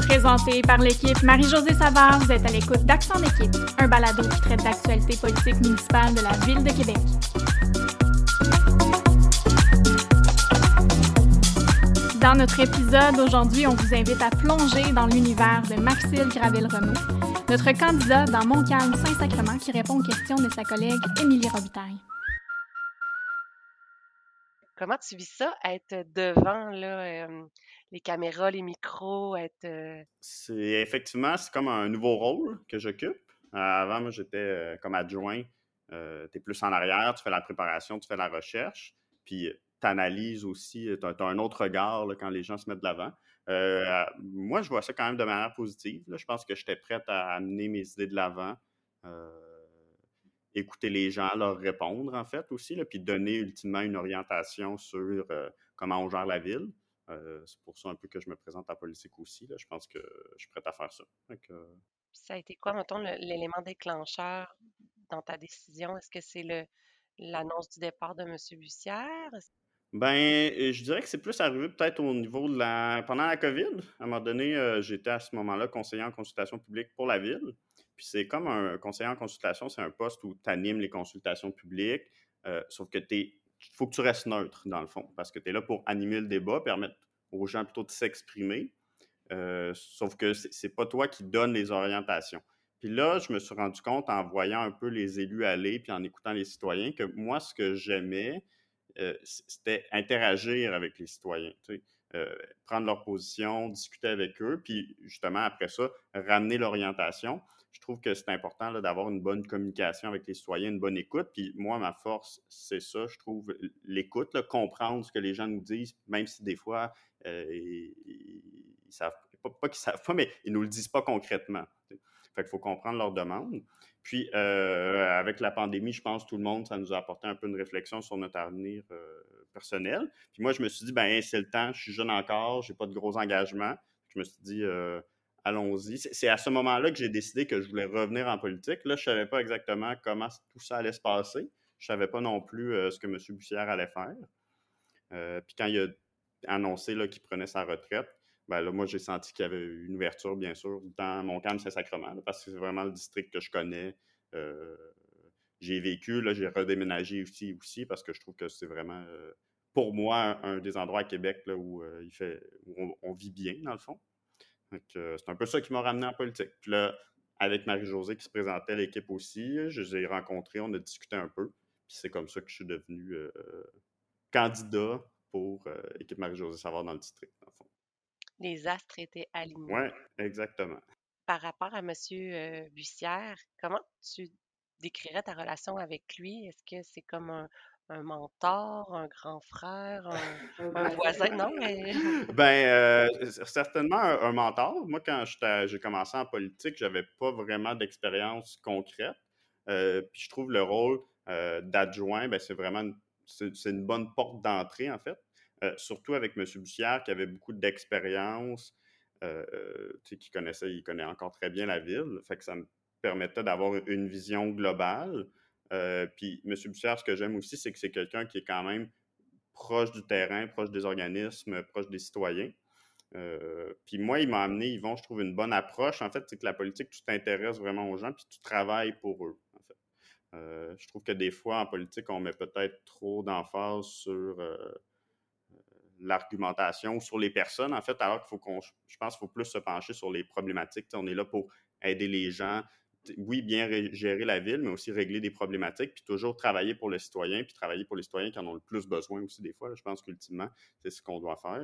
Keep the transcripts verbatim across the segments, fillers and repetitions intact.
Présenté par l'équipe Marie-Josée Savard, vous êtes à l'écoute d'Accent d'équipe, un balado qui traite d'actualité politique municipale de la Ville de Québec. Dans notre épisode aujourd'hui, on vous invite à plonger dans l'univers de Maxile Gravel-Renaud, notre candidat dans Montcalm-Saint-Sacrement qui répond aux questions de sa collègue Émilie Robitaille. Comment tu vis ça, être devant là, euh, les caméras, les micros, être... euh, C'est effectivement, c'est comme un nouveau rôle que j'occupe. Euh, avant, moi, j'étais euh, comme adjoint. Euh, tu es plus en arrière, tu fais la préparation, tu fais la recherche, puis tu analyses aussi, tu as, un autre regard là, quand les gens se mettent de l'avant. Euh, moi, je vois ça quand même de manière positive. Là. Je pense que j'étais prête à amener mes idées de l'avant, euh, écouter les gens, leur répondre en fait aussi, là, puis donner ultimement une orientation sur euh, comment on gère la ville. Euh, c'est pour ça un peu que je me présente en politique aussi. Là. Je pense que je suis prêt à faire ça. Fait que, euh, Ça a été quoi, mettons, le- l'élément déclencheur dans ta décision? Est-ce que c'est le l'annonce du départ de M. Bussière? Est-ce- Ben, euh, je dirais que c'est plus arrivé peut-être au niveau de la... Pendant la COVID, à un moment donné, euh, j'étais à ce moment-là conseiller en consultation publique pour la ville. Puis c'est comme un conseiller en consultation, c'est un poste où tu animes les consultations publiques, euh, sauf que t'es... faut que tu restes neutre, dans le fond, parce que tu es là pour animer le débat, permettre aux gens plutôt de s'exprimer. Euh, sauf que c'est c'est pas toi qui donnes les orientations. Puis là, je me suis rendu compte en voyant un peu les élus aller, puis en écoutant les citoyens, que moi, ce que j'aimais, euh, c'était interagir avec les citoyens, tu sais. Euh, prendre leur position, discuter avec eux, puis justement, après ça, ramener l'orientation. Je trouve que c'est important là, d'avoir une bonne communication avec les citoyens, une bonne écoute. Puis moi, ma force, c'est ça, je trouve, l'écoute, là, comprendre ce que les gens nous disent, même si des fois, euh, ils, ils savent pas, pas qu'ils savent pas, mais ils nous le disent pas concrètement. Tu sais. Fait qu'il faut comprendre leurs demandes. Puis, euh, avec la pandémie, je pense que tout le monde, ça nous a apporté un peu une réflexion sur notre avenir euh, personnel. Puis moi, je me suis dit, ben c'est le temps, je suis jeune encore, j'ai pas de gros engagements. Je me suis dit, euh, allons-y. C'est, c'est à ce moment-là que j'ai décidé que je voulais revenir en politique. Là, je savais pas exactement comment tout ça allait se passer. Je savais pas non plus euh, ce que M. Bussière allait faire. Euh, puis quand il a annoncé là, qu'il prenait sa retraite, ben là, moi, j'ai senti qu'il y avait une ouverture, bien sûr, dans Montcalm-Saint-Sacrement, là, parce que c'est vraiment le district que je connais. Euh, j'ai vécu, là, j'ai redéménagé aussi, aussi, parce que je trouve que c'est vraiment, euh, pour moi, un, un des endroits à Québec là, où, euh, il fait, où on, on vit bien, dans le fond. Donc, euh, c'est un peu ça qui m'a ramené en politique. Puis là, avec Marie-Josée qui se présentait, l'équipe aussi, je les ai rencontrés, on a discuté un peu. Puis c'est comme ça que je suis devenu euh, candidat pour euh, équipe Marie-Josée Savard dans le district, dans le fond. Les astres étaient alignés. Oui, exactement. Par rapport à M. euh, Bussière, comment tu décrirais ta relation avec lui? Est-ce que c'est comme un, un mentor, un grand frère, un, un voisin? Non, mais... ben, euh, certainement un, un mentor. Moi, quand j'ai commencé en politique, j'avais pas vraiment d'expérience concrète. Euh, puis je trouve le rôle euh, d'adjoint, ben, c'est vraiment une, c'est, c'est une bonne porte d'entrée, en fait. Euh, surtout avec M. Bussière, qui avait beaucoup d'expérience, euh, tu sais, qui connaissait, il connaît encore très bien la ville. Fait que ça me permettait d'avoir une vision globale. Euh, puis M. Bussière, ce que j'aime aussi, c'est que c'est quelqu'un qui est quand même proche du terrain, proche des organismes, proche des citoyens. Euh, puis moi, il m'a amené, Yvon, je trouve, une bonne approche. En fait, c'est que la politique, tu t'intéresses vraiment aux gens, puis tu travailles pour eux, en fait. Euh, je trouve que des fois, en politique, on met peut-être trop d'emphase sur euh, l'argumentation ou sur les personnes, en fait, alors qu'il faut qu'on, je pense qu'il faut plus se pencher sur les problématiques. T'sais, on est là pour aider les gens, oui, bien ré- gérer la ville, mais aussi régler des problématiques, puis toujours travailler pour le citoyen, puis travailler pour les citoyens qui en ont le plus besoin aussi des fois. Là, je pense qu'ultimement, c'est ce qu'on doit faire.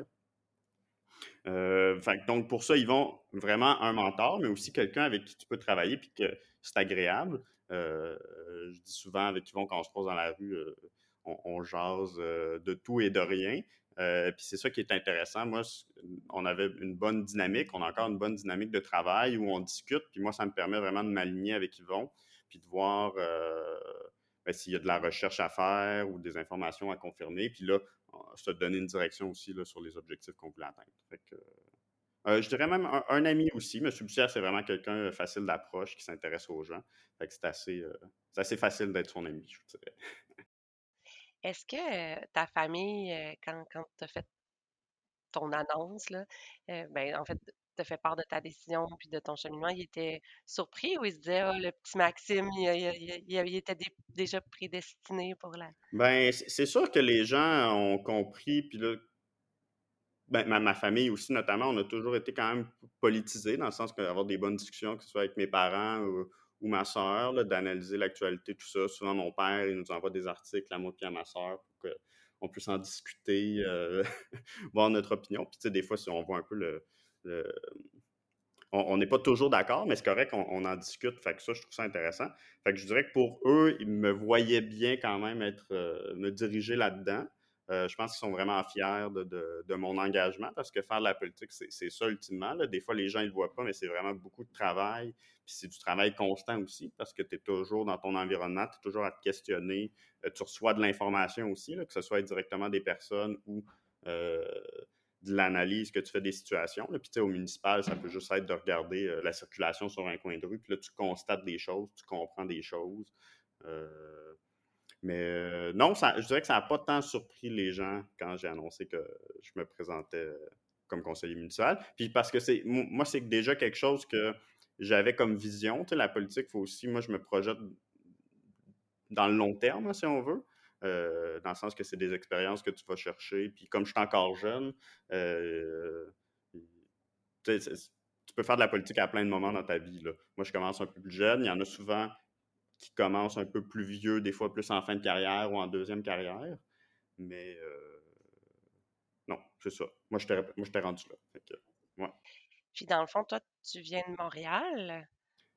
Euh, fait que donc, pour ça, ils vont vraiment un mentor, mais aussi quelqu'un avec qui tu peux travailler puis que c'est agréable. Euh, je dis souvent avec Yvon, quand on se pose dans la rue, euh, on, on jase euh, de tout et de rien. Euh, puis c'est ça qui est intéressant. Moi, on avait une bonne dynamique, on a encore une bonne dynamique de travail où on discute. Puis moi, ça me permet vraiment de m'aligner avec Yvon puis de voir euh, ben, s'il y a de la recherche à faire ou des informations à confirmer. Puis là, se donner une direction aussi là, sur les objectifs qu'on voulait atteindre. Fait que, euh, je dirais même un, un ami aussi. M. Bussière, c'est vraiment quelqu'un de facile d'approche qui s'intéresse aux gens. Fait que c'est assez, euh, c'est assez facile d'être son ami, je vous dirais. Est-ce que euh, ta famille, euh, quand, quand tu as fait ton annonce, là, euh, ben, en fait, te fait part de ta décision puis de ton cheminement, il était surpris ou il se disait, ah, le petit Maxime, il, il- il- il était dé- déjà prédestiné pour la. Ben, c'est c'est sûr que les gens ont compris, puis là, ben, ma, ma famille aussi, notamment, on a toujours été quand même politisés, dans le sens qu'avoir des bonnes discussions, que ce soit avec mes parents ou, ou ma soeur, d'analyser l'actualité, tout ça. Souvent, mon père, il nous envoie des articles à moi et à ma soeur pour qu'on puisse en discuter, euh, voir notre opinion. Puis, tu sais, des fois, si on voit un peu le... le- on n'est pas toujours d'accord, mais c'est correct, on, on en discute. Fait que ça, je trouve ça intéressant. Fait que je dirais que pour eux, ils me voyaient bien quand même être, euh, me diriger là-dedans. Euh, je pense qu'ils sont vraiment fiers de, de- de mon engagement parce que faire de la politique, c'est c'est ça ultimement, là. Des fois, les gens ne le voient pas, mais c'est vraiment beaucoup de travail. Puis c'est du travail constant aussi parce que tu es toujours dans ton environnement, tu es toujours à te questionner. Euh, tu reçois de l'information aussi, là, que ce soit directement des personnes ou euh, de l'analyse que tu fais des situations. Là. Puis, tu sais, au municipal, ça peut juste être de regarder euh, la circulation sur un coin de rue. Puis là, tu constates des choses, tu comprends des choses. Euh, mais euh, non, ça, je dirais que ça n'a pas tant surpris les gens quand j'ai annoncé que je me présentais euh, comme conseiller municipal. Puis parce que c'est moi, c'est déjà quelque chose que j'avais comme vision. Tu sais, la politique, il faut aussi, moi, je me projette dans le long terme, si on veut. Euh, dans le sens que c'est des expériences que tu vas chercher. Puis comme je suis encore jeune, euh, tu sais, tu peux faire de la politique à plein de moments dans ta vie, là. Moi, je commence un peu plus jeune. Il y en a souvent qui commencent un peu plus vieux, des fois plus en fin de carrière ou en deuxième carrière. Mais euh, non, c'est ça. Moi, je t'ai rendu là. Fait que, ouais. Puis dans le fond, toi, tu viens de Montréal.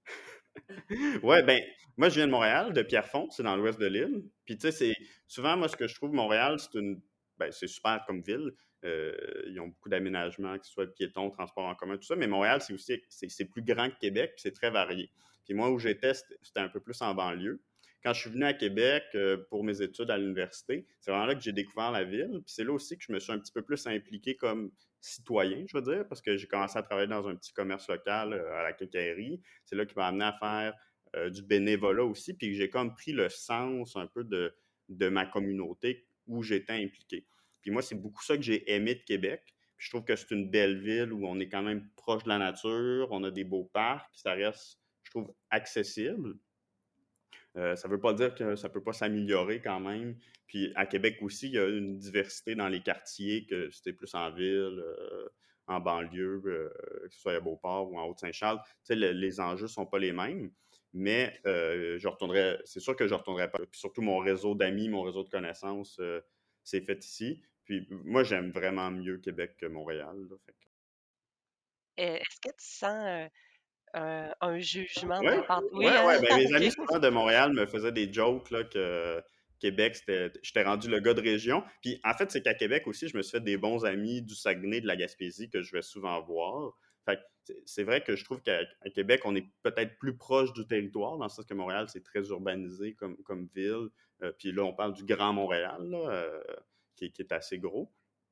Ouais, ben, moi, je viens de Montréal, de Pierrefonds, c'est dans l'ouest de l'île. Puis, tu sais, c'est souvent, moi, ce que je trouve, Montréal, c'est une. Ben, c'est super comme ville. Euh, ils ont beaucoup d'aménagements, que ce soit piétons, transport en commun, tout ça. Mais Montréal, c'est aussi c'est c'est plus grand que Québec, puis c'est très varié. Puis moi, où j'étais, c'était c'était un peu plus en banlieue. Quand je suis venu à Québec euh, pour mes études à l'université, c'est vraiment là que j'ai découvert la ville. Puis c'est là aussi que je me suis un petit peu plus impliqué comme citoyen, je veux dire, parce que j'ai commencé à travailler dans un petit commerce local euh, à la quincaillerie. C'est là qui m'a amené à faire euh, du bénévolat aussi, puis j'ai comme pris le sens un peu de, de ma communauté où j'étais impliqué. Puis moi, c'est beaucoup ça que j'ai aimé de Québec. Puis je trouve que c'est une belle ville où on est quand même proche de la nature, on a des beaux parcs, puis ça reste, je trouve, accessible. Euh, ça ne veut pas dire que ça ne peut pas s'améliorer quand même. Puis à Québec aussi, il y a une diversité dans les quartiers, que c'était plus en ville, euh, en banlieue, euh, que ce soit à Beauport ou en Haute-Saint-Charles. Tu sais, le, les enjeux ne sont pas les mêmes. Mais euh, je retournerais, c'est sûr que je ne retournerai pas. Puis surtout, mon réseau d'amis, mon réseau de connaissances, euh, c'est fait ici. Puis moi, j'aime vraiment mieux Québec que Montréal. Là, fait que... Est-ce que tu sens euh, un, un jugement de Ouais, la part. ouais, Oui, hein? ouais. Ben, mes amis OK. souvent de Montréal me faisaient des jokes là, que Québec, c'était, j'étais rendu le gars de région. Puis en fait, c'est qu'à Québec aussi, je me suis fait des bons amis du Saguenay, de la Gaspésie, que je vais souvent voir. Fait que c'est c'est vrai que je trouve qu'à à Québec, on est peut-être plus proche du territoire, dans le sens que Montréal, c'est très urbanisé comme, comme ville. Euh, puis là, on parle du Grand Montréal, là, euh, qui, qui est assez gros.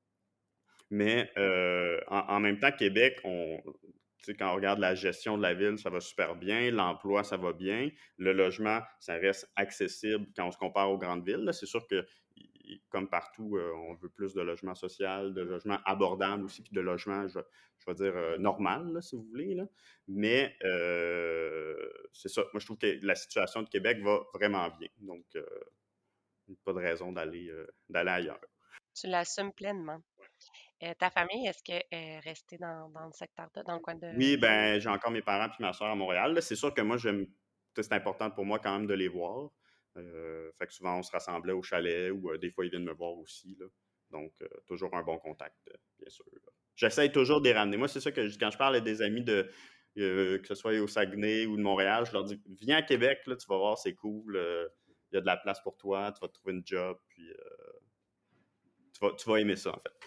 Mais euh, en, en même temps, Québec, on, tu sais, quand on regarde la gestion de la ville, ça va super bien. L'emploi, ça va bien. Le logement, ça reste accessible quand on se compare aux grandes villes. Là. C'est sûr que, y- comme partout, euh, on veut plus de logement social, de logement abordable aussi, puis de logement, je, je vais dire, euh, normal, là, si vous voulez. Là. Mais euh, c'est ça. Moi, je trouve que la situation de Québec va vraiment bien. Donc, euh, pas de raison d'aller euh, d'aller ailleurs. Tu l'assumes pleinement. Euh, ta famille, est-ce qu'elle est restée dans, dans le secteur, de, dans le coin de. Oui, ben j'ai encore mes parents puis ma soeur à Montréal. Là. C'est sûr que moi, j'aime. C'est important pour moi quand même de les voir. Euh, fait que souvent, on se rassemblait au chalet ou euh, des fois, ils viennent me voir aussi. Là. Donc, euh, toujours un bon contact, euh, bien sûr. Là. J'essaye toujours de les ramener. Moi, c'est ça que je- quand je parle à des amis de euh, que ce soit au Saguenay ou de Montréal, je leur dis viens à Québec, là, tu vas voir, c'est cool. euh, Il y a de la place pour toi, tu vas te trouver une job, puis euh, tu vas, tu vas aimer ça, en fait.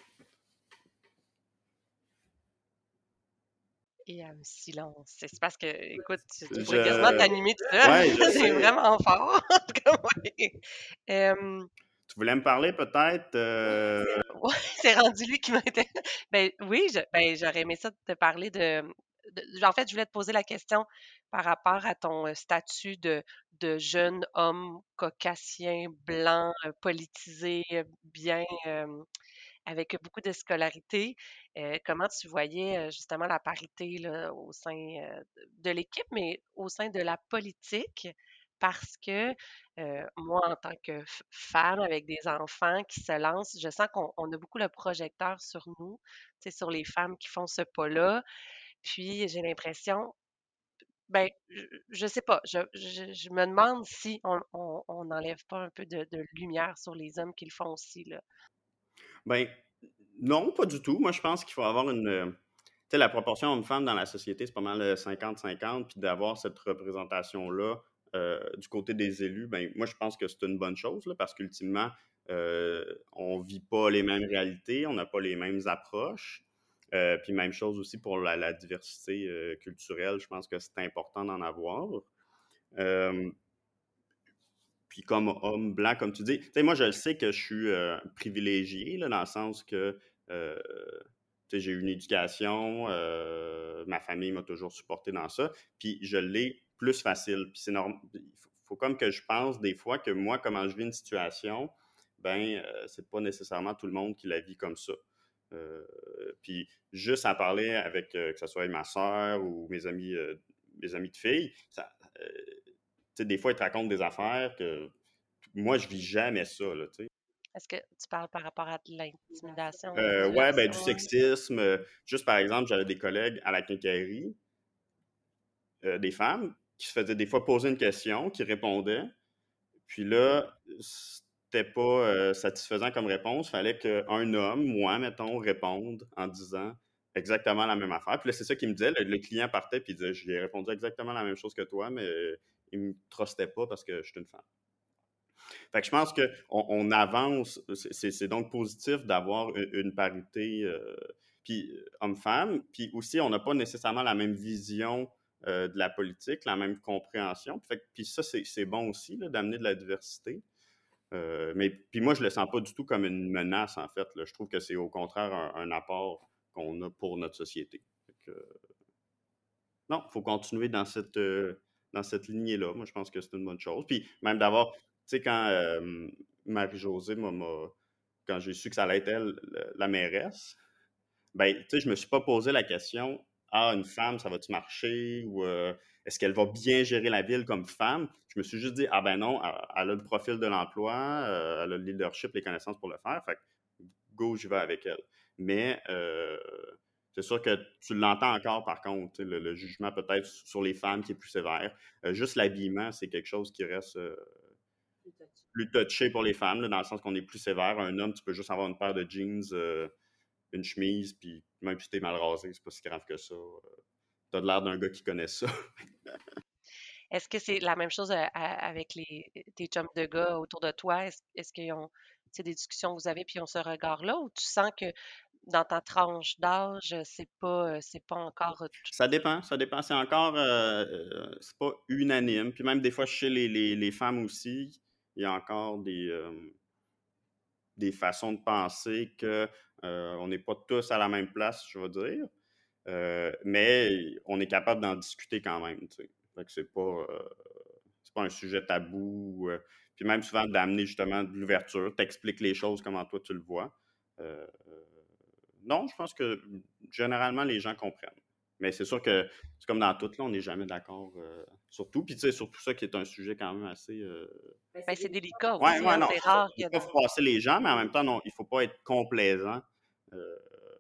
Il y a un silence. C'est parce que, écoute, tu, tu pourrais quasiment Je... t'animer tout seul. Ouais, je C'est sais. vraiment fort. En tout cas, ouais. Euh, Tu voulais me parler peut-être? euh, ouais, c'est rendu lui qui m'intéresse. Ben oui, je, ben, j'aurais aimé ça de te parler de, de- En fait, je voulais te poser la question par rapport à ton euh, statut de, de jeune homme caucasien, blanc, euh, politisé, euh, bien euh, avec beaucoup de scolarité, euh, comment tu voyais euh, justement la parité là, au sein euh, de l'équipe, mais au sein de la politique? Parce que euh, moi, en tant que f- femme avec des enfants qui se lancent, je sens qu'on on a beaucoup le projecteur sur nous, tu sais, sur les femmes qui font ce pas-là. Puis j'ai l'impression, ben, je, je sais pas, je, je, je me demande si on on on n'enlève pas un peu de, de lumière sur les hommes qui le font aussi, là. Ben, non, pas du tout. Moi, je pense qu'il faut avoir une. euh, Tu sais, la proportion homme-femme dans la société, c'est pas mal euh, cinquante cinquante, puis d'avoir cette représentation-là euh, du côté des élus, ben, moi, je pense que c'est une bonne chose, là, parce qu'ultimement, euh, on vit pas les mêmes réalités, on n'a pas les mêmes approches. Euh, puis même chose aussi pour la, la diversité euh, culturelle, je pense que c'est important d'en avoir. Euh, Puis comme homme blanc, comme tu dis, tu sais, moi, je le sais que je suis euh, privilégié, là, dans le sens que euh, tu sais, j'ai eu une éducation, euh, ma famille m'a toujours supporté dans ça, puis je l'ai plus facile. Puis c'est normal. Il faut, faut comme que je pense des fois que moi, comment je vis une situation, ben, euh, c'est pas nécessairement tout le monde qui la vit comme ça. Euh, puis juste à parler avec, euh, que ce soit ma soeur ou mes amis, euh, mes amis de filles, ça, euh, tu sais, des fois, ils te racontent des affaires que moi, je vis jamais ça, là, tu sais. Est-ce que tu parles par rapport à de l'intimidation, Euh, ouais, ben, du manipulation? sexisme. euh, juste par exemple, j'avais des collègues à la quincaillerie, euh, des femmes, qui se faisaient des fois poser une question, qui répondaient. Puis là, c'était pas euh, satisfaisant comme réponse. Fallait qu'un homme, moi, mettons, réponde en disant exactement la même affaire. Puis là, c'est ça qu'il me disait. Le, le client partait, puis il disait, j'ai répondu exactement la même chose que toi, mais euh, il me trustait pas parce que je suis une femme. Fait que je pense qu'on on avance, c'est c'est donc positif d'avoir une, une parité euh, puis euh, homme-femme, puis aussi on n'a pas nécessairement la même vision euh, de la politique, la même compréhension. Fait que, puis ça, c'est c'est bon aussi là, d'amener de la diversité. Euh, mais puis moi, je le sens pas du tout comme une menace, en fait. Là. Je trouve que c'est au contraire un, un apport qu'on a pour notre société. Fait que, non, il faut continuer dans cette, euh, dans cette lignée-là. Moi, je pense que c'est une bonne chose. Puis même d'avoir, tu sais, quand euh, Marie-Josée m'a, m'a- quand j'ai su que ça allait être elle, le- la mairesse, ben, tu sais, je me suis pas posé la question, ah, une femme, ça va-tu marcher? Ou euh, est-ce qu'elle va bien gérer la ville comme femme? Je me suis juste dit, ah ben non, elle, elle a le profil de l'emploi, euh, elle a le leadership, les connaissances pour le faire. Fait que go, j'y vais avec elle. Mais euh, c'est sûr que tu l'entends encore, par contre, tu sais, le, le jugement peut-être sur les femmes qui est plus sévère. Euh, juste l'habillement, c'est quelque chose qui reste euh, plus touché pour les femmes, là, dans le sens qu'on est plus sévère. Un homme, tu peux juste avoir une paire de jeans, euh, une chemise, puis même si t'es mal rasé, c'est pas si grave que ça. Euh, T'as de l'air d'un gars qui connaît ça. Est-ce que c'est la même chose euh, à- avec les, tes chums de gars autour de toi? Est-ce, est-ce qu'ils ont, c'est des discussions que vous avez puis ils ont ce regard-là ou tu sens que dans ta tranche d'âge, c'est pas, euh, c'est pas encore euh, tout- Ça dépend, ça dépend. C'est encore, euh, euh, c'est pas unanime. Puis même des fois, chez les, les, les femmes aussi, il y a encore des, euh, des façons de penser que euh, on n'est pas tous à la même place, je veux dire. Euh, mais on est capable d'en discuter quand même, tu sais. Fait que c'est pas, euh, c'est pas un sujet tabou. euh. Puis même souvent d'amener justement de l'ouverture, t'expliques les choses comment toi tu le vois. Euh, non, je pense que généralement les gens comprennent. Mais c'est sûr que c'est comme dans tout, là, on n'est jamais d'accord euh, sur tout. Puis tu sais, surtout ça qui est un sujet quand même assez. euh, Ben, c'est délicat Ouais, aussi, ouais, hein? non, C'est c'est ça. rare Il que ne faut pas froisser les gens, mais en même temps, non, il ne faut pas être complaisant euh,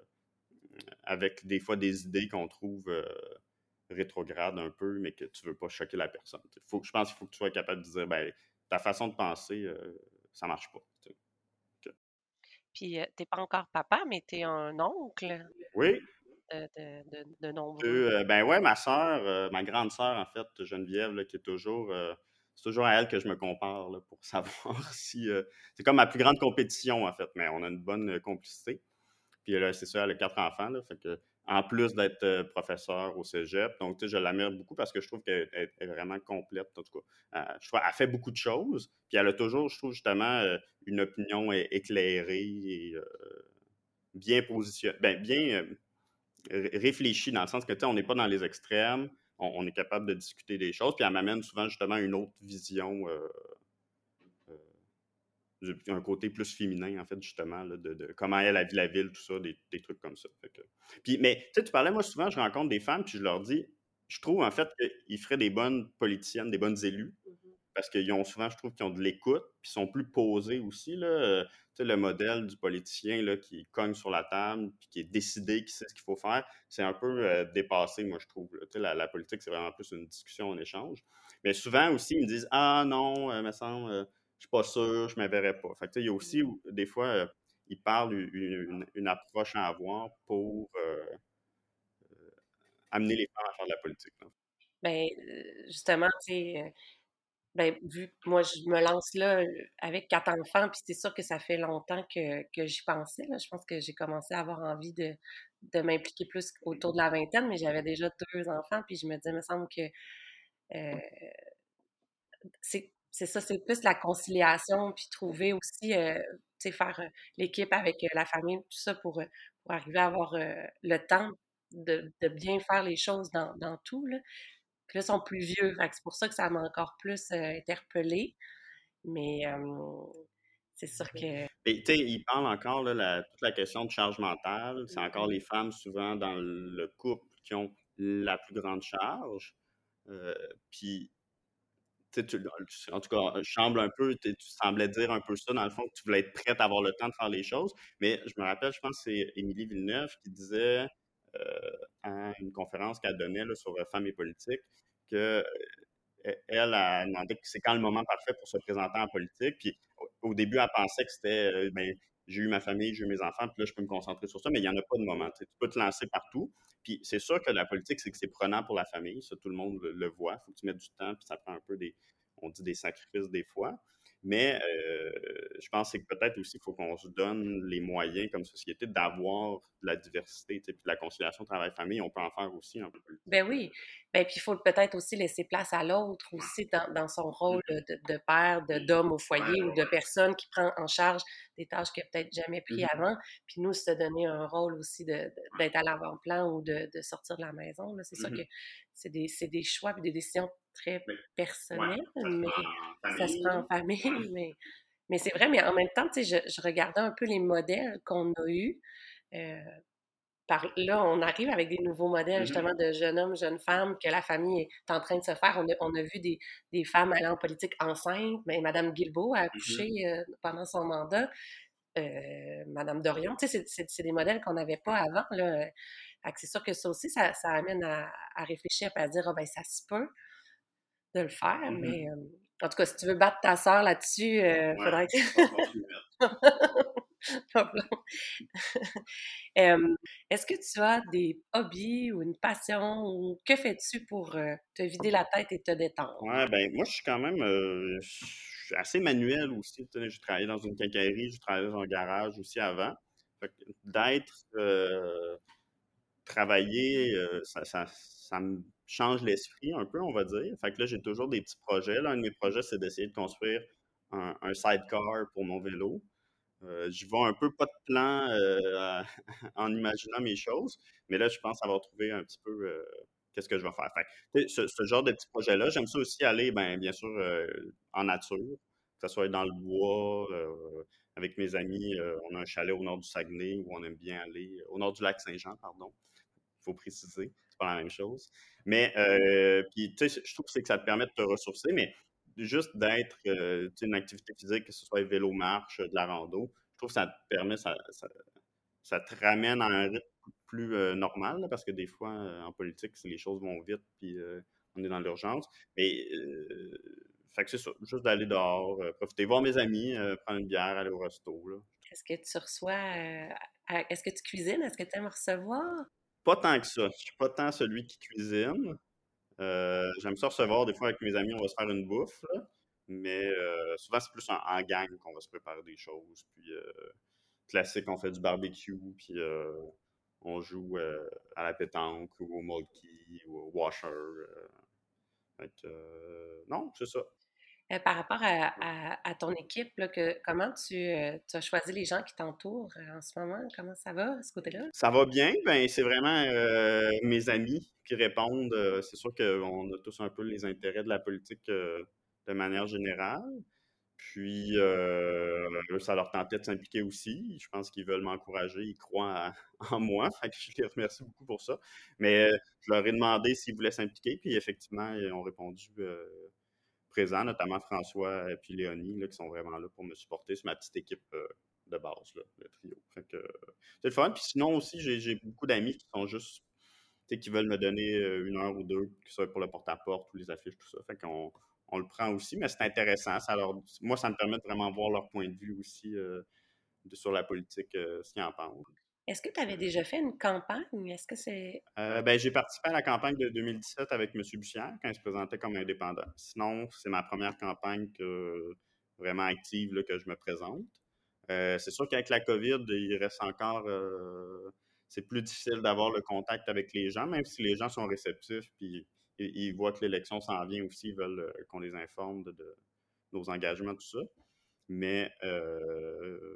avec des fois des idées qu'on trouve euh, rétrogrades un peu, mais que tu ne veux pas choquer la personne. Faut, je pense qu'il faut que tu sois capable de dire, ben, ta façon de penser, euh, ça ne marche pas. Tu sais. Que- Puis, euh, t'es pas encore papa, mais t'es un oncle Oui, de, de, de, de nombreux. euh, ben ouais, ma soeur, euh, ma grande sœur, en fait, Geneviève, là, qui est toujours, euh, c'est toujours à elle que je me compare là, pour savoir si. euh, c'est comme ma plus grande compétition, en fait, mais on a une bonne euh, complicité. Puis là, c'est ça, elle a quatre enfants, là, fait que, en plus d'être euh, professeur au cégep, donc tu sais, je l'admire beaucoup parce que je trouve qu'elle est, est vraiment complète, en tout cas. Euh, je trouve qu'elle fait beaucoup de choses, puis elle a toujours, je trouve, justement, euh, une opinion é- éclairée et euh, bien positionnée, ben, bien euh, ré- réfléchie, dans le sens que, tu sais, on n'est pas dans les extrêmes, on, on est capable de discuter des choses, puis elle m'amène souvent, justement, une autre vision euh, euh, un côté plus féminin, en fait, justement, là, de, de comment elle a vu la ville, tout ça, des, des trucs comme ça. Fait que... Puis, mais, tu sais, tu parlais, moi, souvent, je rencontre des femmes, puis je leur dis, je trouve, en fait, qu'ils feraient des bonnes politiciennes, des bonnes élues, Mhm. parce qu'ils ont souvent, je trouve, qu'ils ont de l'écoute, puis sont plus posés aussi, là. Euh, tu sais, le modèle du politicien, là, qui cogne sur la table, puis qui est décidé, qui sait ce qu'il faut faire, c'est un peu euh, dépassé, moi, je trouve. Tu sais, la, la politique, c'est vraiment plus une discussion, un échange. Mais souvent aussi, ils me disent, ah non, euh, me semble... euh, je suis pas sûr, je ne me verrais pas. Fait que, tu sais, il y a aussi, des fois, euh, ils parlent une, une, une approche à avoir pour euh, amener les femmes à faire de la politique. Là. Ben, euh, justement, tu sais, euh, ben, vu que moi, je me lance là euh, avec quatre enfants, puis c'est sûr que ça fait longtemps que, que j'y pensais, là. Je pense que j'ai commencé à avoir envie de, de m'impliquer plus autour de la vingtaine, mais j'avais déjà deux enfants, puis je me disais, il me semble que euh, c'est c'est ça, c'est plus la conciliation, puis trouver aussi, euh, tu sais, faire euh, l'équipe avec euh, la famille, tout ça, pour, euh, pour arriver à avoir euh, le temps de, de bien faire les choses dans, dans tout, là. Puis là, ils sont plus vieux, fait que c'est pour ça que ça m'a encore plus euh, interpellée. Mais euh, c'est sûr que... Et tu sais, ils parlent encore, là, la, toute la question de charge mentale. C'est encore les femmes, souvent, dans le couple, qui ont la plus grande charge. Euh, puis, tu sais, tu- en tout cas, je semble un peu, tu tu semblais dire un peu ça, dans le fond, que tu voulais être prête à avoir le temps de faire les choses. Mais je me rappelle, je pense que c'est Émilie Villeneuve qui disait euh, à une conférence qu'elle donnait là, sur euh, femmes et politique que euh, elle a demandé que c'est quand le moment parfait pour se présenter en politique. Puis au, au début, elle pensait que c'était euh, ben, j'ai eu ma famille, j'ai eu mes enfants, puis là, je peux me concentrer sur ça, mais il n'y en a pas de moment. Tu sais, tu peux te lancer partout. Puis c'est sûr que la politique, c'est que c'est prenant pour la famille. Ça, tout le monde le, le voit. Il faut que tu mettes du temps, puis ça prend un peu des, on dit des sacrifices des fois. Mais euh, je pense que c'est que peut-être aussi, il faut qu'on se donne les moyens comme société d'avoir de la diversité, tu sais, puis de la conciliation travail-famille. On peut en faire aussi un peu. Ben oui. Ben, puis il faut peut-être aussi laisser place à l'autre aussi dans, dans son rôle de, de père, de, d'homme au foyer ou de personne qui prend en charge des tâches qu'il n'a peut-être jamais pris Mhm. avant. Puis nous, se donner un rôle aussi de, de- d'être à l'avant-plan ou de, de sortir de la maison, là. C'est sûr Mhm. que c'est des, c'est des choix et des décisions très Oui. Ouais, personnelles, ça se mais prend en ça se famille. prend en famille. Mais, mais c'est vrai, mais en même temps, tu sais, je, je regardais un peu les modèles qu'on a eus. Euh, par là, on arrive avec des nouveaux modèles, Mhm. justement, de jeunes hommes, jeunes femmes, que la famille est en train de se faire. On a, on a vu des, des femmes aller en politique enceintes. Mais Mme Guilbeault a accouché Mhm. euh, pendant son mandat. Euh, Mme Dorion, tu sais, c'est- c'est c'est des modèles qu'on n'avait pas avant, là. Fait que c'est sûr que ça aussi, ça, ça amène à, à réfléchir et à dire, ah ben, ça se peut de le faire, Mhm. mais euh, en tout cas, si tu veux battre ta sœur là-dessus, euh, Ouais, faudrait que... va falloir s'y mettre. Pas blanc. Euh, est-ce que tu as des hobbies ou une passion ou que fais-tu pour euh, te vider la tête et te détendre? Ouais, ben moi, je suis quand même euh, je suis assez manuel aussi. Tu sais, j'ai travaillé dans une quincaillerie, j'ai travaillé dans un garage aussi avant. Fait que d'être euh, travailler, euh, ça, ça, ça me change l'esprit un peu, on va dire. Fait que là, j'ai toujours des petits projets. Là, un de mes projets, c'est d'essayer de construire un, un sidecar pour mon vélo. Euh, j'y vais un peu pas de plan euh, en imaginant mes choses, mais là, je pense avoir trouvé un petit peu euh, qu'est-ce que je vais faire. Fait que, tu sais, ce, ce genre de petits projets-là, j'aime ça aussi aller, ben, bien sûr, euh, en nature, que ce soit dans le bois, euh, avec mes amis. Euh, on a un chalet au nord du Saguenay où on aime bien aller, au nord du lac Saint-Jean, pardon. Il faut préciser, c'est pas la même chose. Mais, euh, puis, tu sais, je trouve que c'est que ça te permet de te ressourcer, mais juste d'être, euh, tu sais, une activité physique, que ce soit vélo, marche, de la rando, je trouve que ça te permet, ça, ça, ça te ramène à un rythme plus euh, normal, là, parce que des fois, euh, en politique, les choses vont vite, puis euh, on est dans l'urgence. Mais, euh, fait que c'est ça, juste d'aller dehors, euh, profiter, voir mes amis, euh, prendre une bière, aller au resto, là. Est-ce que tu reçois, euh, à- est-ce que tu cuisines? Est-ce que tu aimes recevoir? Pas tant que ça. Je suis pas tant celui qui cuisine. Euh, j'aime ça recevoir des fois avec mes amis, on va se faire une bouffe, là. Mais euh, souvent, c'est plus en, en gang qu'on va se préparer des choses. Puis, euh, classique, on fait du barbecue, puis euh, on joue euh, à la pétanque ou au multi ou au washer. euh. Fait que, euh, non, c'est ça. Euh, par rapport à, à- à ton équipe, là, que, comment tu, euh, tu as choisi les gens qui t'entourent euh, en ce moment? Comment ça va, à ce côté-là? Ça va bien, ben c'est vraiment euh, mes amis qui répondent. Euh, c'est sûr qu'on a tous un peu les intérêts de la politique euh, de manière générale. Puis, euh, eux, ça leur tentait de s'impliquer aussi. Je pense qu'ils veulent m'encourager, ils croient à- en moi. Fait que je les remercie beaucoup pour ça. Mais euh, je leur ai demandé s'ils voulaient s'impliquer, puis effectivement, ils ont répondu euh, présent, notamment François et puis Léonie, là, qui sont vraiment là pour me supporter. C'est ma petite équipe euh, de base, là, le trio. Fait que, euh, c'est le fun. Puis sinon aussi, j'ai j'ai beaucoup d'amis qui sont juste, tu sais, qui veulent me donner euh, une heure ou deux, que ce soit pour le porte-à-porte ou les affiches, tout ça. Fait qu'on on le prend aussi, mais c'est intéressant. Ça leur, moi, ça me permet de vraiment voir leur point de vue aussi euh, de- sur la politique, euh, ce qu'ils en pensent. Est-ce que tu avais déjà fait une campagne? Est-ce que c'est... Euh, ben, j'ai participé à la campagne de deux mille dix-sept avec M. Bussière quand il se présentait comme indépendant. Sinon, c'est ma première campagne que, vraiment active là, que je me présente. Euh, c'est sûr qu'avec la COVID, il reste encore. Euh, c'est plus difficile d'avoir le contact avec les gens, même si les gens sont réceptifs puis ils, ils voient que l'élection s'en vient aussi, ils veulent euh, qu'on les informe de, de nos engagements, tout ça. Mais euh,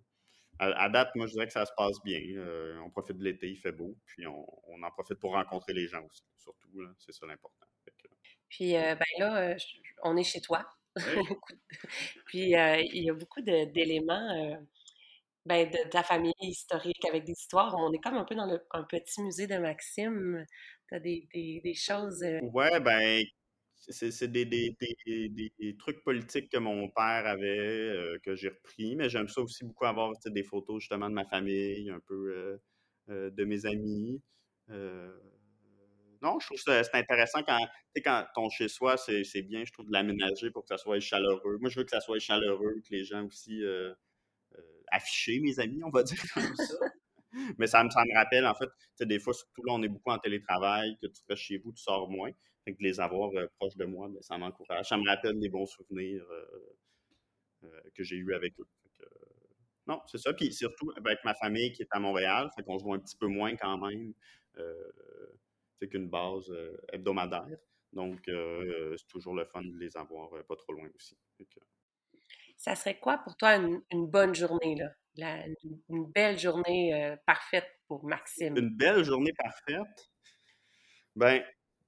à, à date, moi, je dirais que ça se passe bien. Euh, on profite de l'été, il fait beau, puis on, on en profite pour rencontrer les gens aussi, surtout. Là, c'est ça l'important. Fait que, Puis euh, ben là, euh, je- on est chez toi. oui. Puis euh, il y a beaucoup de- d'éléments euh, ben, de, ta famille historique avec des histoires. On est comme un peu dans le, un petit musée de Maxime. Tu as des, des, des choses. euh, Ouais, ben, c'est c'est des, des, des, des- des trucs politiques que mon père avait, euh, que j'ai repris, mais j'aime ça aussi beaucoup avoir tu sais, des photos justement de ma famille, un peu euh, euh, de mes amis. Euh, non, je trouve que c'est c'est intéressant quand, tu sais, quand ton chez-soi, c'est c'est bien, je trouve, de l'aménager pour que ça soit chaleureux. Moi, je veux que ça soit chaleureux, que les gens aussi euh, euh, affichés, mes amis, on va dire comme ça. Mais ça me, ça me rappelle, en fait, tu sais, des fois, surtout là, on est beaucoup en télétravail, que tu restes chez vous, tu sors moins. Fait que de les avoir euh, proches de moi, ben, ça m'encourage. Ça me rappelle des bons souvenirs euh, euh, que j'ai eus avec eux. Fait que, euh, non, c'est ça. Puis surtout, ben, avec ma famille qui est à Montréal, fait qu'on se voit un petit peu moins quand même. Euh, c'est qu'une base euh, hebdomadaire. Donc, euh, c'est toujours le fun de les avoir euh, pas trop loin aussi. Fait que, Ça serait quoi pour toi une, une bonne journée, là? La- une, une belle journée euh, parfaite pour Maxime? une belle journée parfaite, ben,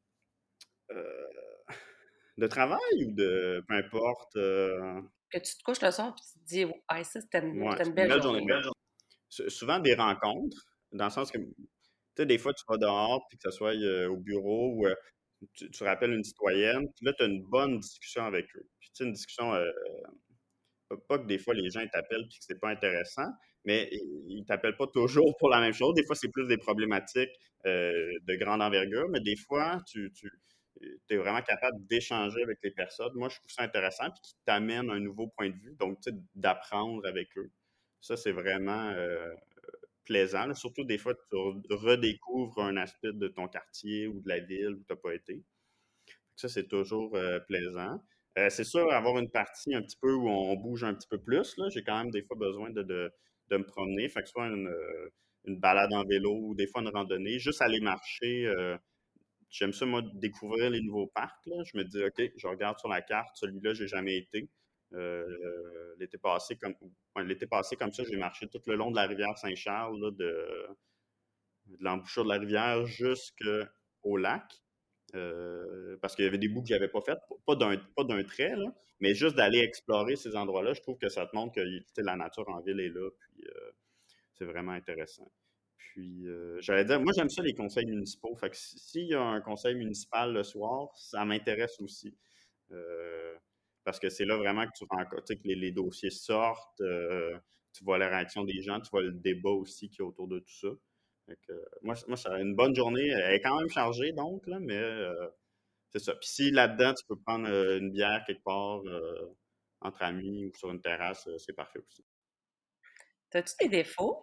euh, de travail ou de peu importe. Euh, Que tu te couches le soir et tu te dis, ouais, ça, c'était une, ouais, c'était une c'est une belle belle journée. journée. Sou- Souvent des rencontres, dans le sens que, tu sais, des fois, tu vas dehors, puis que ce soit euh, au bureau ou euh, tu, tu rappelles une citoyenne, puis là, tu as une bonne discussion avec eux. Puis, tu sais, une discussion, euh, pas pas que des fois, les gens ils t'appellent puis que c'est pas intéressant, mais ils ils t'appellent pas toujours pour la même chose. Des fois, c'est plus des problématiques euh, de grande envergure, mais des fois, tu, tu es vraiment capable d'échanger avec les personnes. Moi, je trouve ça intéressant, puis qui t'amène un nouveau point de vue, donc, tu sais, d'apprendre avec eux. Ça, c'est vraiment euh, plaisant, là. Surtout des fois, tu redécouvres un aspect de ton quartier ou de la ville où tu n'as pas été. Ça, c'est toujours euh, plaisant. Euh, c'est sûr, avoir une partie un petit peu où on bouge un petit peu plus, là, j'ai quand même des fois besoin de, de, de me promener. Fait que soit une, euh, une balade en vélo ou des fois une randonnée, juste aller marcher. Euh, j'aime ça, moi, découvrir les nouveaux parcs, là. Je me dis, OK, je regarde sur la carte, celui-là, j'ai jamais été. Euh, l'été passé, comme ouais, l'été passé, comme ça, j'ai marché tout le long de la rivière Saint-Charles, là, de, de l'embouchure de la rivière jusqu'au lac. Euh, parce qu'il y avait des bouts que j'avais pas fait, pas d'un pas d'un trait, là, mais juste d'aller explorer ces endroits-là, je trouve que ça te montre que tu sais, la nature en ville est là, puis euh, c'est vraiment intéressant. Puis, euh, j'allais dire, moi j'aime ça les conseils municipaux, fait que si- s'il y a un conseil municipal le soir, ça m'intéresse aussi. Euh, parce que c'est là vraiment que tu rencontres, tu sais, que les, les dossiers sortent, euh, tu vois la réaction des gens, tu vois le débat aussi qui est autour de tout ça. Fait que, euh, moi, moi, ça une bonne journée. Elle est quand même chargée, donc, là, mais euh, c'est ça. Puis si là-dedans, tu peux prendre euh, une bière quelque part euh, entre amis ou sur une terrasse, euh, c'est parfait aussi. T'as-tu des défauts?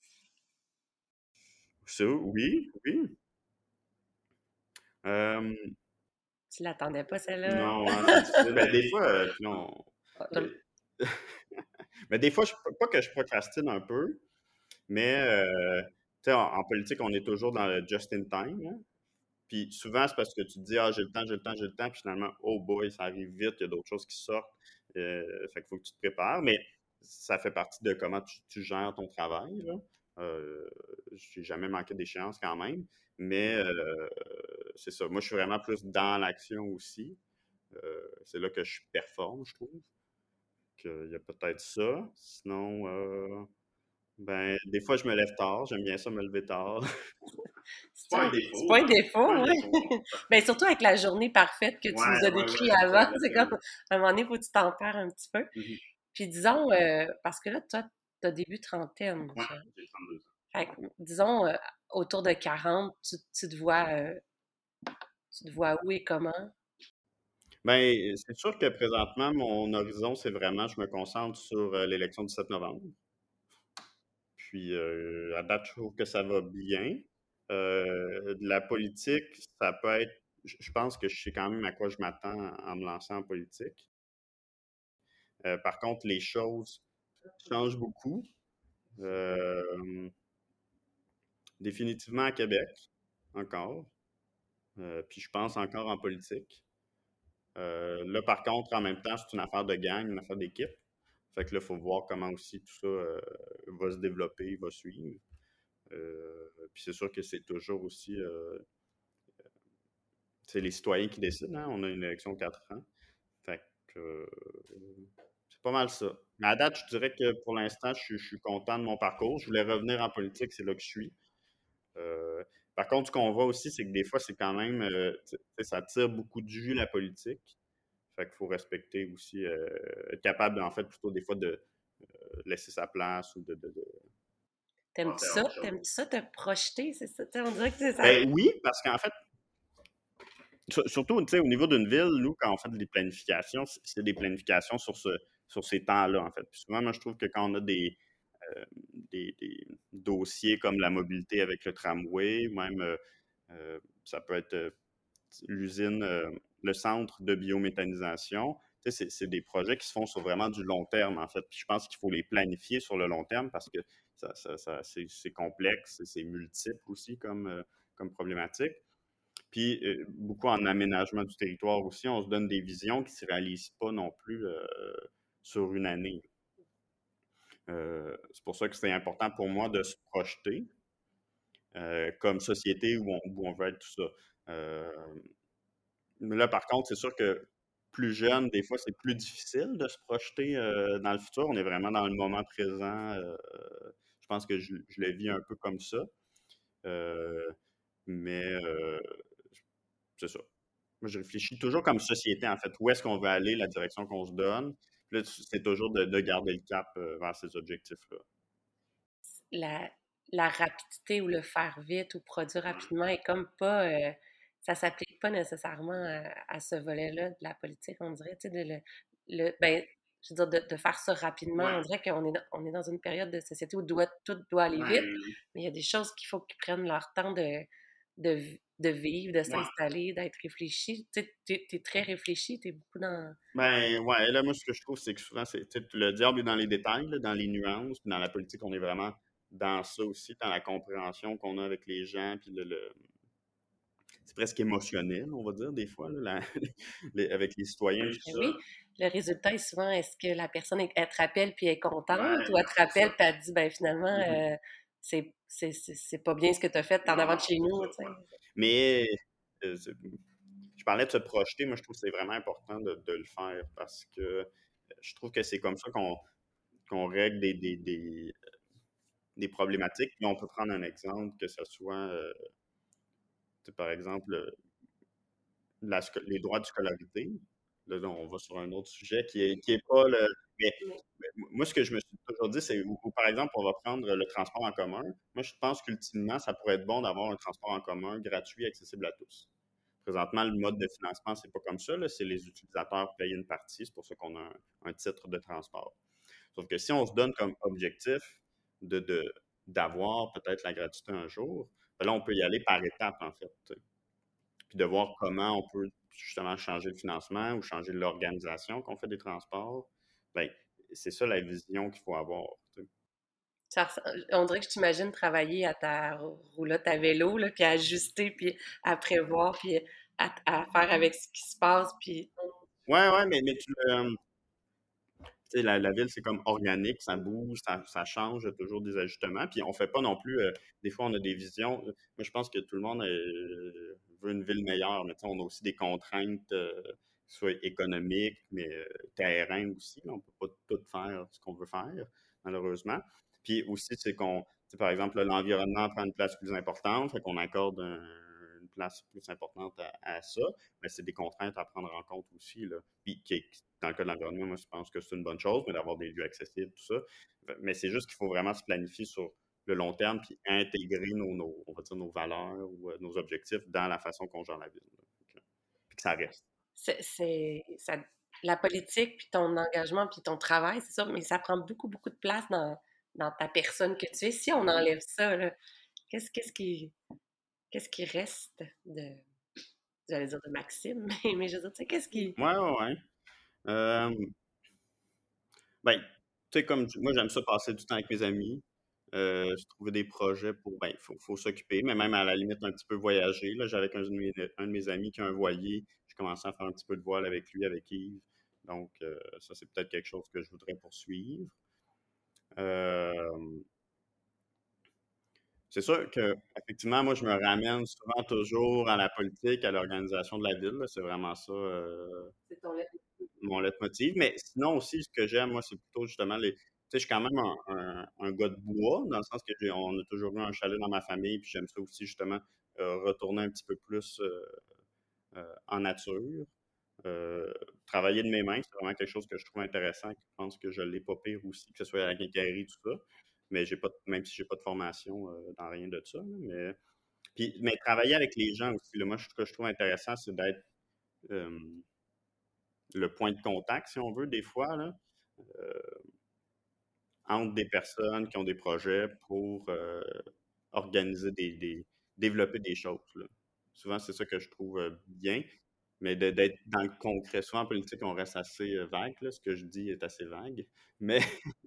Ça, oui, oui. Euh, Tu l'attendais pas, celle-là? non, hein, c'est difficile. Ben, des fois, euh, puis non. Ah, t'as- euh, mais des fois, je, pas que je procrastine un peu, mais euh, tu sais, en, en politique, on est toujours dans le just in time, hein. Puis souvent, c'est parce que tu te dis, ah, j'ai le temps, j'ai le temps, j'ai le temps. Puis finalement, oh boy, ça arrive vite, il y a d'autres choses qui sortent. Euh, fait qu'il faut que tu te prépares. Mais ça fait partie de comment tu, tu gères ton travail, là. Euh, j'ai jamais manqué d'échéance quand même. Mais euh, c'est ça. Moi, je suis vraiment plus dans l'action aussi. Euh, c'est là que je performe, je trouve. il y a peut-être ça. Sinon, euh, ben, des fois, je me lève tard. J'aime bien ça, me lever tard. C'est pas un défaut. C'est pas un défaut, oui. Ben, surtout avec la journée parfaite que tu ouais, nous as décrit ouais, ouais, avant. C'est comme, à un moment donné, il faut que tu t'en perds un petit peu. Mm-hmm. Puis disons, euh, parce que là, toi, tu as début trentaine. Ouais, j'ai trente-deux ans. Fait que, disons, euh, autour de quarante, tu, tu, te vois, euh, tu te vois où et comment? Bien, c'est sûr que présentement, mon horizon, c'est vraiment, je me concentre sur euh, l'élection du sept novembre. Puis, euh, à date, je trouve que ça va bien. Euh, de la politique, ça peut être... Je pense que je sais quand même à quoi je m'attends en me lançant en politique. Euh, par contre, les choses changent beaucoup. Euh, définitivement à Québec, encore. Euh, puis je pense encore en politique. Euh, là, par contre, en même temps, c'est une affaire de gang, une affaire d'équipe. Fait que là, il faut voir comment aussi tout ça euh, va se développer, va suivre. Euh, puis c'est sûr que c'est toujours aussi... Euh, c'est les citoyens qui décident, hein? On a une élection quatre ans. Fait que... Euh, c'est pas mal ça. Mais à date, je dirais que pour l'instant, je, je suis content de mon parcours. Je voulais revenir en politique, c'est là que je suis. Euh, par contre, ce qu'on voit aussi, c'est que des fois, c'est quand même... Euh, ça tire beaucoup de jus, la politique. Fait qu'il faut respecter aussi, euh, être capable, en fait, plutôt des fois de euh, laisser sa place ou de... de, de... T'aimes-tu ça? T'aimes-tu ça te projeter? C'est ça? On dirait que c'est ça. Ben oui, parce qu'en fait, surtout, tu sais, au niveau d'une ville, nous, quand on fait des planifications, c'est des planifications sur, ce, sur ces temps-là, en fait. Puis souvent, moi, je trouve que quand on a des, euh, des, des dossiers comme la mobilité avec le tramway, même, euh, euh, ça peut être euh, l'usine, euh, le centre de biométhanisation, tu sais, c'est, c'est des projets qui se font sur vraiment du long terme, en fait. Puis je pense qu'il faut les planifier sur le long terme parce que ça, ça, ça, c'est, c'est complexe, c'est multiple aussi comme, euh, comme problématique. Puis, euh, beaucoup en aménagement du territoire aussi, on se donne des visions qui ne se réalisent pas non plus euh, sur une année. Euh, c'est pour ça que c'est important pour moi de se projeter euh, comme société où on, où on veut être tout ça. Euh, mais là, par contre, c'est sûr que plus jeune, des fois, c'est plus difficile de se projeter euh, dans le futur. On est vraiment dans le moment présent. Euh, je pense que je, je le vis un peu comme ça. Euh, mais euh, c'est ça. Moi, je réfléchis toujours comme société, en fait. Où est-ce qu'on veut aller, la direction qu'on se donne. Puis là, c'est toujours de, de garder le cap euh, vers ces objectifs-là. La, la rapidité ou le faire vite ou produire rapidement est comme pas... Euh, ça s'applique pas nécessairement à, à ce volet-là de la politique, on dirait. Tu sais, de le, le, ben, je veux dire, de, de faire ça rapidement. Ouais. On dirait qu'on est, on est dans une période de société où doit, tout doit aller ouais. vite, mais il y a des choses qu'il faut qu'ils prennent leur temps de, de, de vivre, de s'installer, ouais. d'être réfléchi. Tu sais, t'es, t'es très réfléchi, t'es beaucoup dans... Ben, ouais, là, moi, ce que je trouve, c'est que souvent, c'est, le diable est dans les détails, là, dans les nuances, puis dans la politique, on est vraiment dans ça aussi, dans la compréhension qu'on a avec les gens, puis le... le... c'est presque émotionnel, on va dire, des fois, là, la... les... avec les citoyens. Tout ça. Oui, le résultat est souvent, est-ce que la personne, elle te rappelle puis elle est contente, ouais, ou elle te rappelle puis elle te dit, ben finalement, mm-hmm. euh, c'est, c'est, c'est, c'est pas bien ce que tu as fait en avant de chez nous. Tu sais. Mais euh, je parlais de se projeter, moi je trouve que c'est vraiment important de, de le faire parce que je trouve que c'est comme ça qu'on, qu'on règle des, des, des, des problématiques. Puis on peut prendre un exemple, que ce soit, euh, par exemple, la, les droits de scolarité. Là, on va sur un autre sujet qui est, qui est pas le... Mais, mais moi, ce que je me suis toujours dit, c'est où, où, par exemple, on va prendre le transport en commun. Moi, je pense qu'ultimement, ça pourrait être bon d'avoir un transport en commun gratuit, accessible à tous. Présentement, le mode de financement, c'est pas comme ça. Là. C'est les utilisateurs payent une partie. C'est pour ça qu'on a un, un titre de transport. Sauf que si on se donne comme objectif de, de, d'avoir peut-être la gratuité un jour, ben là, on peut y aller par étapes, en fait. T'sais. Puis de voir comment on peut justement changer le financement ou changer l'organisation qu'on fait des transports. Bien, c'est ça la vision qu'il faut avoir. Ça, on dirait que je t'imagine travailler à ta roulotte à vélo, là, puis à ajuster, puis à prévoir, puis à, à faire avec ce qui se passe. Puis... Oui, oui, mais, mais tu euh, tu sais, la, la ville, c'est comme organique, ça bouge, ça, ça change, il y a toujours des ajustements. Puis on fait pas non plus, euh, des fois on a des visions. Moi, je pense que tout le monde euh, veut une ville meilleure, mais tu sais, on a aussi des contraintes euh, soit économique, mais euh, terrain aussi. On ne peut pas tout faire ce qu'on veut faire, malheureusement. Puis aussi, c'est qu'on, par exemple, l'environnement prend une place plus importante, fait qu'on accorde un, une place plus importante à, à ça, mais c'est des contraintes à prendre en compte aussi, là. Puis, qui, dans le cas de l'environnement, moi, je pense que c'est une bonne chose, mais d'avoir des lieux accessibles, tout ça. Mais c'est juste qu'il faut vraiment se planifier sur le long terme, puis intégrer nos, nos, on va dire, nos valeurs ou euh, nos objectifs dans la façon qu'on gère la ville. Là. Puis que ça reste. C'est, c'est ça, la politique, puis ton engagement, puis ton travail, c'est ça, mais ça prend beaucoup, beaucoup de place dans, dans ta personne que tu es. Si on enlève ça, là, qu'est-ce, qu'est-ce qui, qu'est-ce qui reste de, j'allais dire de Maxime, mais, mais je veux dire, tu sais, qu'est-ce qui... Ouais, ouais, ouais. Euh, ben, tu sais, comme moi, j'aime ça passer du temps avec mes amis. Euh, je trouvais des projets pour, ben, il faut, faut s'occuper, mais même à la limite un petit peu voyager. Là, j'avais un, de mes- un de mes amis qui a un voilier. Je commençais à faire un petit peu de voile avec lui, avec Yves. Donc, euh, ça, c'est peut-être quelque chose que je voudrais poursuivre. Euh, c'est sûr que, effectivement, moi, je me ramène souvent toujours à la politique, à l'organisation de la ville. là. C'est vraiment ça. euh, C'est ton lettre. mon leitmotiv. Mais sinon aussi, ce que j'aime, moi, c'est plutôt justement les. Tu sais, je suis quand même un, un- un gars de bois, dans le sens que j'ai, on a toujours eu un chalet dans ma famille, puis j'aime ça aussi, justement, euh, retourner un petit peu plus euh, euh, en nature. Euh, travailler de mes mains, c'est vraiment quelque chose que je trouve intéressant. Je pense que je l'ai pas pire aussi, que ce soit à la quincaillerie, tout ça. Mais j'ai pas, de- même si j'ai pas de formation euh, dans rien de ça. là, mais, puis, mais travailler avec les gens aussi, là, moi, ce que je trouve intéressant, c'est d'être euh, le point de contact, si on veut, des fois, là, euh, entre des personnes qui ont des projets pour euh, organiser des, des- développer des choses. là. Souvent, c'est ça que je trouve euh, bien, mais de- d'être dans le concret. Souvent, en politique, on reste assez euh, vague. là. Ce que je dis est assez vague. Mais,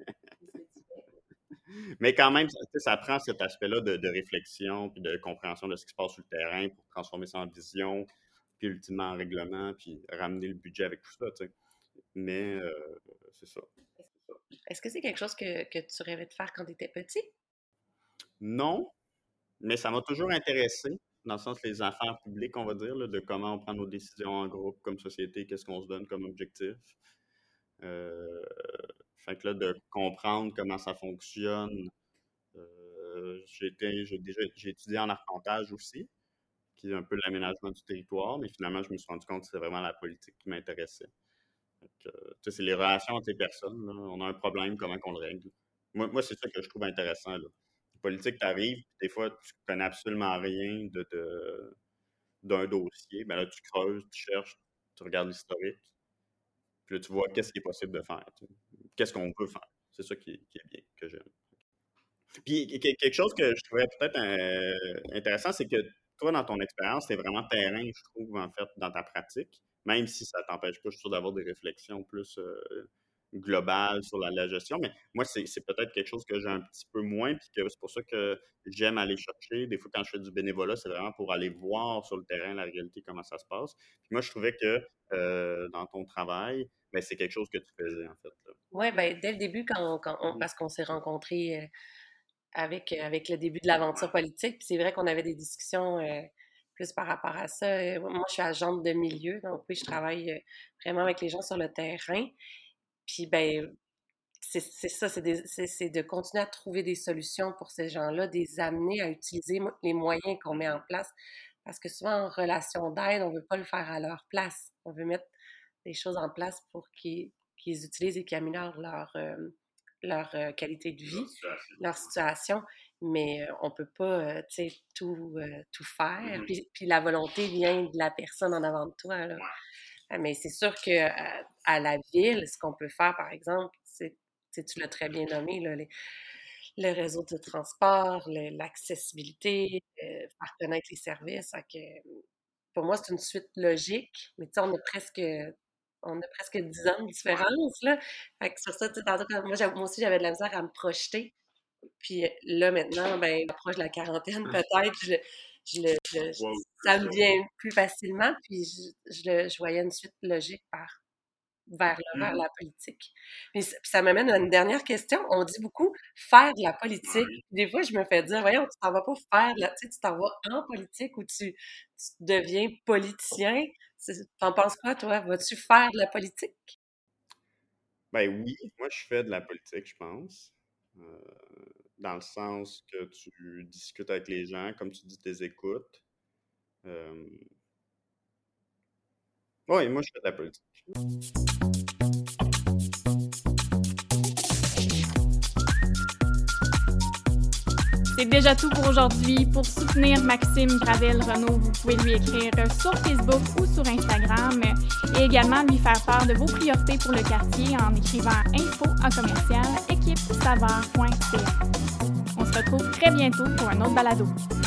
mais quand même, ça, tu sais, ça prend cet aspect-là de, de réflexion puis de compréhension de ce qui se passe sur le terrain pour transformer ça en vision, puis ultimement en règlement, puis ramener le budget avec tout ça. tu sais. Mais euh, c'est ça. Est-ce que c'est quelque chose que, que tu rêvais de faire quand tu étais petit? Non, mais ça m'a toujours intéressé, dans le sens les affaires publiques, on va dire, là, de comment on prend nos décisions en groupe, comme société, qu'est-ce qu'on se donne comme objectif. Euh, fait que là, de comprendre comment ça fonctionne. Euh, j'ai été- j'ai déjà j'ai étudié en arpentage aussi, qui est un peu l'aménagement du territoire, mais finalement, je me suis rendu compte que c'était vraiment la politique qui m'intéressait. Fait que, euh, tu sais, c'est les relations entre les personnes. là. On a un problème, comment qu'on le règle. Moi, moi c'est ça que je trouve intéressant. Là. La politique, t'arrives, des fois, tu connais absolument rien de, de- d'un dossier. Ben là, tu creuses, tu cherches, tu regardes l'historique, puis là, tu vois qu'est-ce qui est possible de faire. tu sais. Qu'est-ce qu'on peut faire. C'est ça qui est, qui est bien, que j'aime. Puis, que- quelque chose que je trouvais peut-être euh, intéressant, c'est que toi, dans ton expérience, c'est vraiment terrain, je trouve, en fait, dans ta pratique, même si ça t'empêche pas, je suis sûr, d'avoir des réflexions plus euh, globales sur la, la gestion. Mais moi, c'est c'est peut-être quelque chose que j'ai un petit peu moins, puis que c'est pour ça que j'aime aller chercher. Des fois, quand je fais du bénévolat, c'est vraiment pour aller voir sur le terrain la réalité, comment ça se passe. Puis moi, je trouvais que euh, dans ton travail, ben, c'est quelque chose que tu faisais, en fait. là. Oui, ben, dès le début, quand, quand on- Mhm. parce qu'on s'est rencontrés euh, avec, euh, avec le début de l'aventure politique, puis c'est vrai qu'on avait des discussions euh, plus par rapport à ça. Euh, Moi, je suis agente de milieu, donc oui, je travaille euh, vraiment avec les gens sur le terrain. Puis, ben, c'est c'est ça, c'est des- c'est- c'est de continuer à trouver des solutions pour ces gens-là, de les amener à utiliser mo- les moyens qu'on met en place. Parce que souvent, en relation d'aide, on ne veut pas le faire à leur place. On veut mettre des choses en place pour qu'ils qu'ils utilisent et qu'ils améliorent leur, euh, leur euh, qualité de vie, leur situation. Mais euh, on ne peut pas, euh, tu sais, tout, euh, tout faire. Mhm. Puis, puis la volonté vient de la personne en avant de toi, là. Ah, mais c'est sûr que à, à la ville, ce qu'on peut faire, par exemple, c'est, tu sais, tu l'as très bien nommé, là, les- le réseau de transport, le- l'accessibilité, euh, faire connaître les services. Fait que, pour moi, c'est une suite logique, mais tu sais, on a presque, on a presque dix ans de différence, là. Fait que sur ça, tu sais, tantôt, quand moi, j'avais- moi aussi, j'avais de la misère à me projeter. Puis là, maintenant, ben, approche de la quarantaine, peut-être, je, le- je, le- je le- Wow, ça c'est me ça. vient plus facilement, puis je, je, le- je voyais une suite logique par, vers, le- vers Mhm. la politique. Puis, ça puis ça m'amène à une dernière question. On dit beaucoup faire de la politique. Ouais. Des fois, je me fais dire, voyons, tu t'en vas pas faire de la, tu sais, tu t'en vas en politique ou tu, tu deviens politicien. C'est- T'en penses quoi, toi? Vas-tu faire de la politique? Ben oui, moi je fais de la politique, je pense. Euh, dans le sens que tu discutes avec les gens, comme tu dis, tes écoutes. Euh, Oui, moi je fais de la politique. C'est déjà tout pour aujourd'hui. Pour soutenir Maxime Gravel-Renault, vous pouvez lui écrire sur Facebook ou sur Instagram et également lui faire part de vos priorités pour le quartier en écrivant info en commercial équipe saveur point c a. On se retrouve très bientôt pour un autre balado.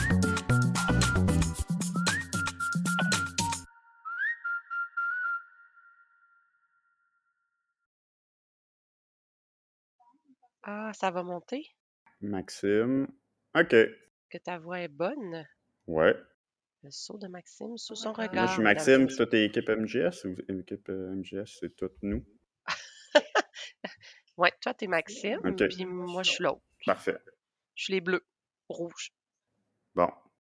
Ah, ça va monter? Maxime. OK. Que ta voix est bonne? Ouais. Le saut de Maxime sous son Moi, je regard, suis mesdames et Maxime, puis messieurs. toi, t'es équipe M G S ou équipe euh, M G S, c'est toutes nous? Ouais, toi, t'es Maxime, OK. puis moi, je suis l'autre. Parfait. Je suis les bleus, rouges. Bon.